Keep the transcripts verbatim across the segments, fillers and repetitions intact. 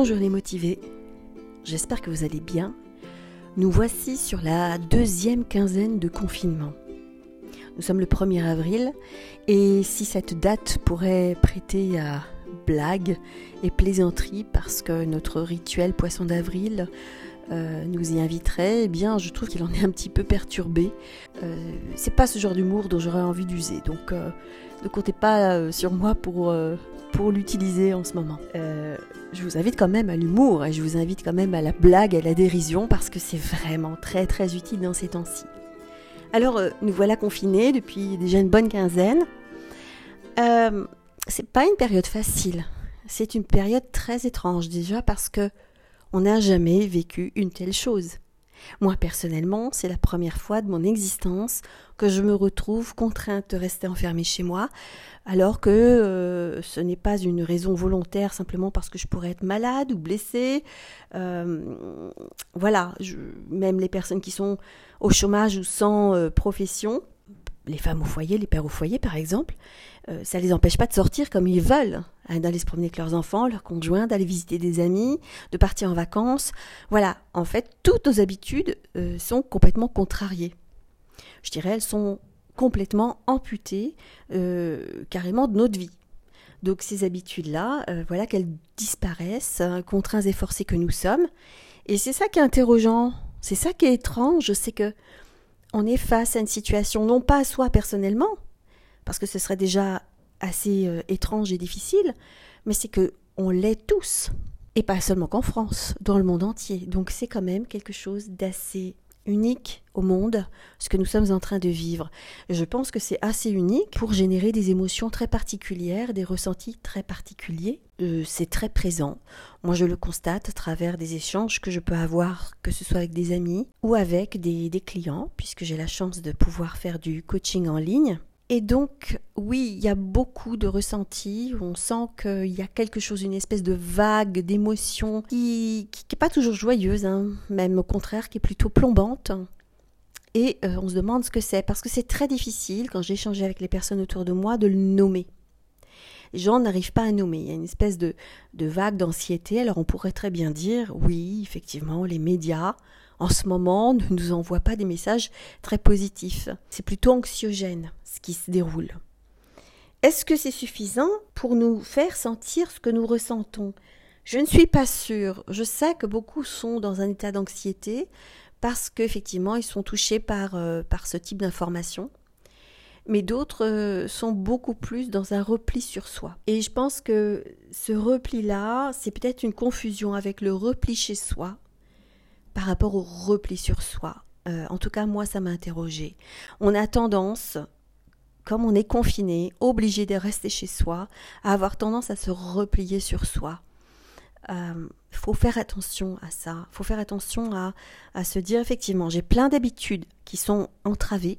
Bonjour les motivés, j'espère que vous allez bien. Nous voici sur la deuxième quinzaine de confinement. Nous sommes le premier avril et si cette date pourrait prêter à blague et plaisanterie parce que notre rituel poisson d'avril euh, nous y inviterait, eh bien je trouve qu'il en est un petit peu perturbé. Euh, c'est pas ce genre d'humour dont j'aurais envie d'user, donc euh, ne comptez pas euh, sur moi pour... Euh, pour l'utiliser en ce moment. Euh, je vous invite quand même à l'humour et je vous invite quand même à la blague, à la dérision parce que c'est vraiment très très utile dans ces temps-ci. Alors euh, nous voilà confinés depuis déjà une bonne quinzaine. Euh, c'est pas une période facile, c'est une période très étrange déjà parce que on n'a jamais vécu une telle chose. Moi personnellement, c'est la première fois de mon existence que je me retrouve contrainte de rester enfermée chez moi, alors que euh, ce n'est pas une raison volontaire simplement parce que je pourrais être malade ou blessée. Euh, voilà, je, même les personnes qui sont au chômage ou sans euh, profession, les femmes au foyer, les pères au foyer par exemple, euh, ça ne les empêche pas de sortir comme ils veulent, hein, d'aller se promener avec leurs enfants, leurs conjoints, d'aller visiter des amis, de partir en vacances. Voilà, en fait, toutes nos habitudes euh, sont complètement contrariées. Je dirais, elles sont complètement amputées euh, carrément de notre vie. Donc ces habitudes-là, euh, voilà qu'elles disparaissent, hein, contraints et forcés que nous sommes. Et c'est ça qui est interrogeant, c'est ça qui est étrange, c'est que on est face à une situation, non pas à soi personnellement, parce que ce serait déjà assez euh, étrange et difficile, mais c'est que on l'est tous, et pas seulement qu'en France, dans le monde entier. Donc c'est quand même quelque chose d'assez unique au monde, ce que nous sommes en train de vivre. Je pense que c'est assez unique pour générer des émotions très particulières, des ressentis très particuliers. Euh, c'est très présent. Moi, je le constate à travers des échanges que je peux avoir, que ce soit avec des amis ou avec des, des clients, puisque j'ai la chance de pouvoir faire du coaching en ligne. Et donc, oui, il y a beaucoup de ressentis, on sent qu'il y a quelque chose, une espèce de vague d'émotions qui n'est pas toujours joyeuse, hein, même au contraire, qui est plutôt plombante. Et euh, on se demande ce que c'est, parce que c'est très difficile, quand j'ai échangé avec les personnes autour de moi, de le nommer. Les gens n'arrivent pas à nommer, il y a une espèce de, de vague d'anxiété, alors on pourrait très bien dire, oui, effectivement, les médias, en ce moment, ne nous envoient pas des messages très positifs. C'est plutôt anxiogène, ce qui se déroule. Est-ce que c'est suffisant pour nous faire sentir ce que nous ressentons ? Je ne suis pas sûre. Je sais que beaucoup sont dans un état d'anxiété parce qu'effectivement, ils sont touchés par, euh, par ce type d'information. Mais d'autres euh, sont beaucoup plus dans un repli sur soi. Et je pense que ce repli-là, c'est peut-être une confusion avec le repli chez soi par rapport au repli sur soi. Euh, en tout cas, moi, ça m'a interrogée. On a tendance, comme on est confiné, obligé de rester chez soi, à avoir tendance à se replier sur soi. Il euh, faut faire attention à ça. Il faut faire attention à, à se dire, effectivement, j'ai plein d'habitudes qui sont entravées,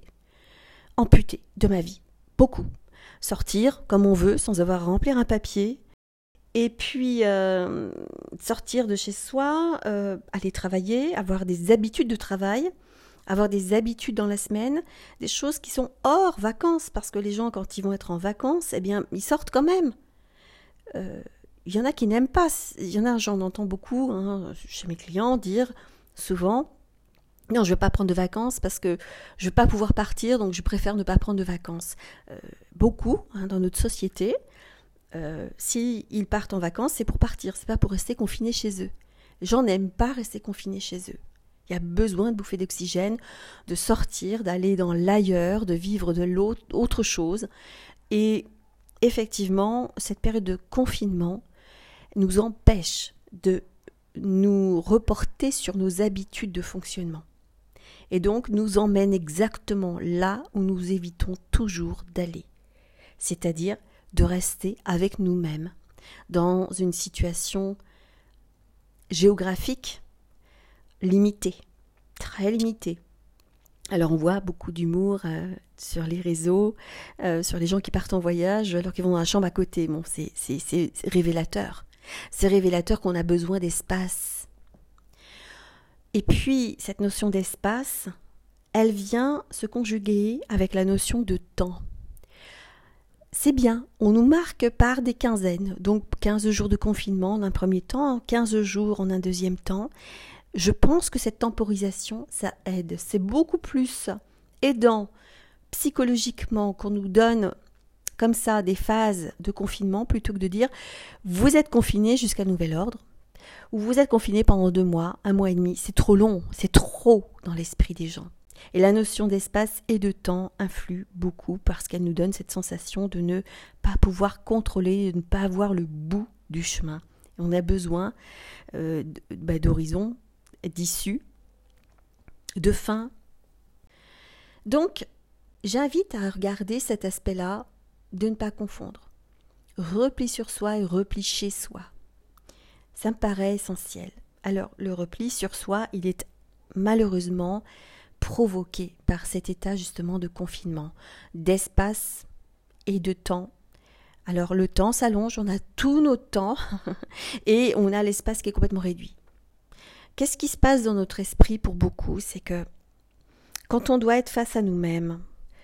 amputées de ma vie. Beaucoup. Sortir comme on veut, sans avoir à remplir un papier. Et puis, euh, sortir de chez soi, euh, aller travailler, avoir des habitudes de travail, avoir des habitudes dans la semaine, des choses qui sont hors vacances, parce que les gens, quand ils vont être en vacances, eh bien, ils sortent quand même. Euh, il y en a qui n'aiment pas. Il y en a, j'en entends beaucoup, hein, chez mes clients, dire souvent, non, je ne veux pas prendre de vacances parce que je ne veux pas pouvoir partir, donc je préfère ne pas prendre de vacances. Euh, beaucoup, hein, dans notre société, Euh, s'ils partent en vacances, c'est pour partir, c'est pas pour rester confinés chez eux. Les gens n'aiment pas rester confinés chez eux. Il y a besoin de bouffer d'oxygène, de sortir, d'aller dans l'ailleurs, de vivre de l'autre, autre chose. Et effectivement, cette période de confinement nous empêche de nous reporter sur nos habitudes de fonctionnement. Et donc nous emmène exactement là où nous évitons toujours d'aller. C'est-à-dire de rester avec nous-mêmes dans une situation géographique limitée, très limitée. Alors on voit beaucoup d'humour euh, sur les réseaux, euh, sur les gens qui partent en voyage alors qu'ils vont dans la chambre à côté. Bon, c'est, c'est, c'est, c'est révélateur. C'est révélateur qu'on a besoin d'espace. Et puis, cette notion d'espace, elle vient se conjuguer avec la notion de temps. c'est bien, on nous marque par des quinzaines, donc quinze jours de confinement en un premier temps, quinze jours en un deuxième temps. Je pense que cette temporisation, ça aide. C'est beaucoup plus aidant psychologiquement qu'on nous donne comme ça des phases de confinement plutôt que de dire vous êtes confiné jusqu'à nouvel ordre ou vous êtes confiné pendant deux mois, un mois et demi. C'est trop long, c'est trop dans l'esprit des gens. Et la notion d'espace et de temps influe beaucoup parce qu'elle nous donne cette sensation de ne pas pouvoir contrôler, de ne pas avoir le bout du chemin. Et on a besoin euh, bah, d'horizon, d'issue, de fin. Donc, j'invite à regarder cet aspect-là, de ne pas confondre. Repli sur soi et repli chez soi. Ça me paraît essentiel. Alors, le repli sur soi, il est malheureusement provoqué par cet état justement de confinement, d'espace et de temps. Alors le temps s'allonge, on a tout notre temps et on a l'espace qui est complètement réduit. Qu'est-ce qui se passe dans notre esprit pour beaucoup? C'est que quand on doit être face à nous-mêmes,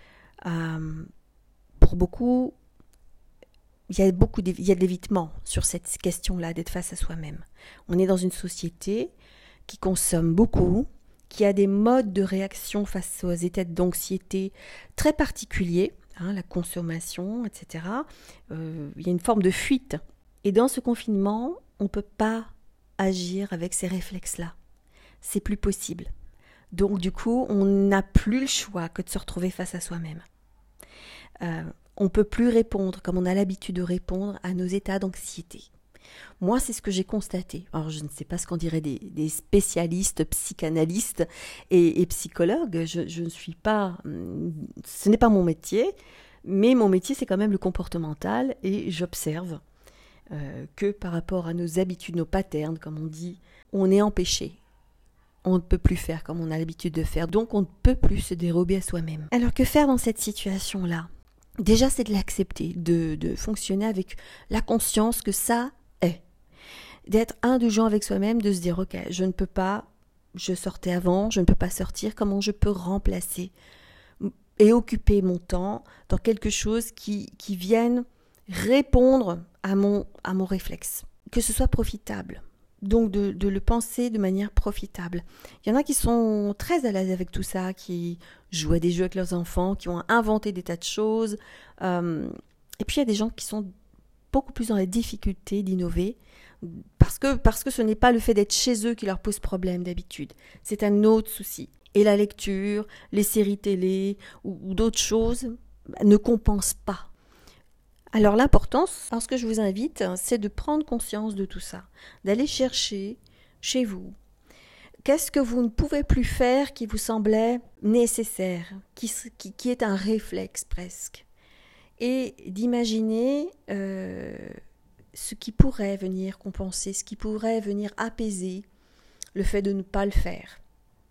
euh, pour beaucoup, il y a beaucoup il y a de l'évitement sur cette question-là d'être face à soi-même. On est dans une société qui consomme beaucoup, qui a des modes de réaction face aux états d'anxiété très particuliers, hein, la consommation, et cetera. Euh, il y a une forme de fuite. Et dans ce confinement, on ne peut pas agir avec ces réflexes-là. C'est plus possible. Donc du coup, on n'a plus le choix que de se retrouver face à soi-même. Euh, on ne peut plus répondre comme on a l'habitude de répondre à nos états d'anxiété. Moi, c'est ce que j'ai constaté. Alors, je ne sais pas ce qu'en diraient des, des spécialistes, psychanalystes et, et psychologues. Je, je ne suis pas... Ce n'est pas mon métier, mais mon métier, c'est quand même le comportemental et j'observe euh, que par rapport à nos habitudes, nos patterns, comme on dit, on est empêché. On ne peut plus faire comme on a l'habitude de faire. Donc, on ne peut plus se dérober à soi-même. Alors, que faire dans cette situation-là? Déjà, c'est de l'accepter, de, de fonctionner avec la conscience que ça est. D'être indulgent avec soi-même, de se dire, ok, je ne peux pas, je sortais avant, je ne peux pas sortir, comment je peux remplacer et occuper mon temps dans quelque chose qui, qui vienne répondre à mon, à mon réflexe, que ce soit profitable. Donc de, de le penser de manière profitable. Il y en a qui sont très à l'aise avec tout ça, qui jouent à des jeux avec leurs enfants, qui ont inventé des tas de choses. Euh, et puis il y a des gens qui sont beaucoup plus dans la difficulté d'innover, parce que, parce que ce n'est pas le fait d'être chez eux qui leur pose problème d'habitude. C'est un autre souci. Et la lecture, les séries télé ou, ou d'autres choses ne compensent pas. Alors l'importance, alors ce que je vous invite, c'est de prendre conscience de tout ça, d'aller chercher chez vous. Qu'est-ce que vous ne pouvez plus faire qui vous semblait nécessaire, qui, qui, qui est un réflexe presque, et d'imaginer euh, ce qui pourrait venir compenser, ce qui pourrait venir apaiser le fait de ne pas le faire.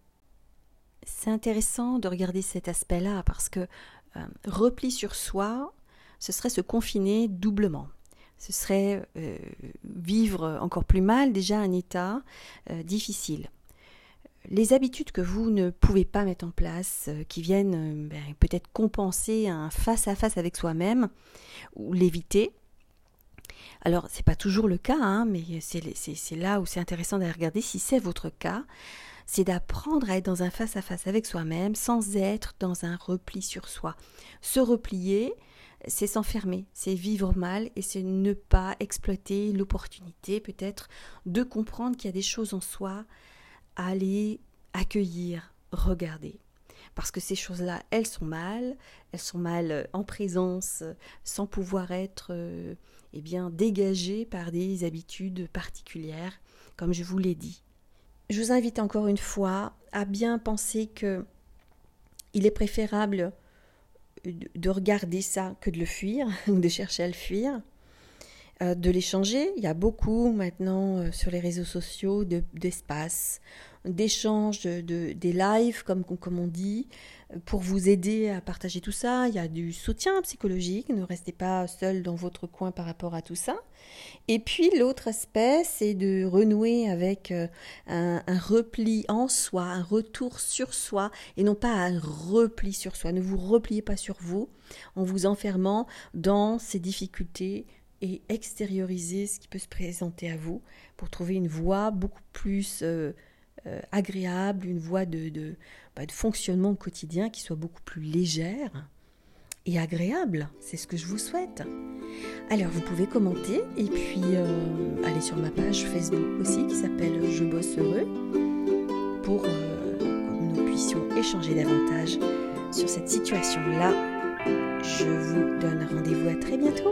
C'est intéressant de regarder cet aspect-là parce que euh, repli sur soi, ce serait se confiner doublement. Ce serait euh, vivre encore plus mal, déjà un état euh, difficile. Les habitudes que vous ne pouvez pas mettre en place, euh, qui viennent euh, ben, peut-être compenser un face-à-face avec soi-même, ou l'éviter. Alors, ce n'est pas toujours le cas, hein, mais c'est, c'est, c'est là où c'est intéressant d'aller regarder si c'est votre cas. C'est d'apprendre à être dans un face-à-face avec soi-même sans être dans un repli sur soi. Se replier, c'est s'enfermer, c'est vivre mal et c'est ne pas exploiter l'opportunité peut-être de comprendre qu'il y a des choses en soi à aller accueillir, regarder. Parce que ces choses-là, elles sont mal, elles sont mal en présence, sans pouvoir être euh, eh bien, dégagées par des habitudes particulières, comme je vous l'ai dit. Je vous invite encore une fois à bien penser que il est préférable de regarder ça que de le fuir, de chercher à le fuir, euh, de l'échanger. Il y a beaucoup maintenant euh, sur les réseaux sociaux de, d'espace, d'échanges, de, de, des lives, comme, comme on dit, pour vous aider à partager tout ça. Il y a du soutien psychologique, ne restez pas seul dans votre coin par rapport à tout ça. Et puis l'autre aspect, c'est de renouer avec un, un repli en soi, un retour sur soi, et non pas un repli sur soi. Ne vous repliez pas sur vous, en vous enfermant dans ces difficultés et extérioriser ce qui peut se présenter à vous pour trouver une voie beaucoup plus euh, euh, agréable, une voie de, de, bah, de fonctionnement au quotidien qui soit beaucoup plus légère et agréable. C'est ce que je vous souhaite. Alors vous pouvez commenter et puis euh, aller sur ma page Facebook aussi qui s'appelle Je bosse heureux pour euh, que nous puissions échanger davantage sur cette situation-là. Je vous donne rendez-vous à très bientôt.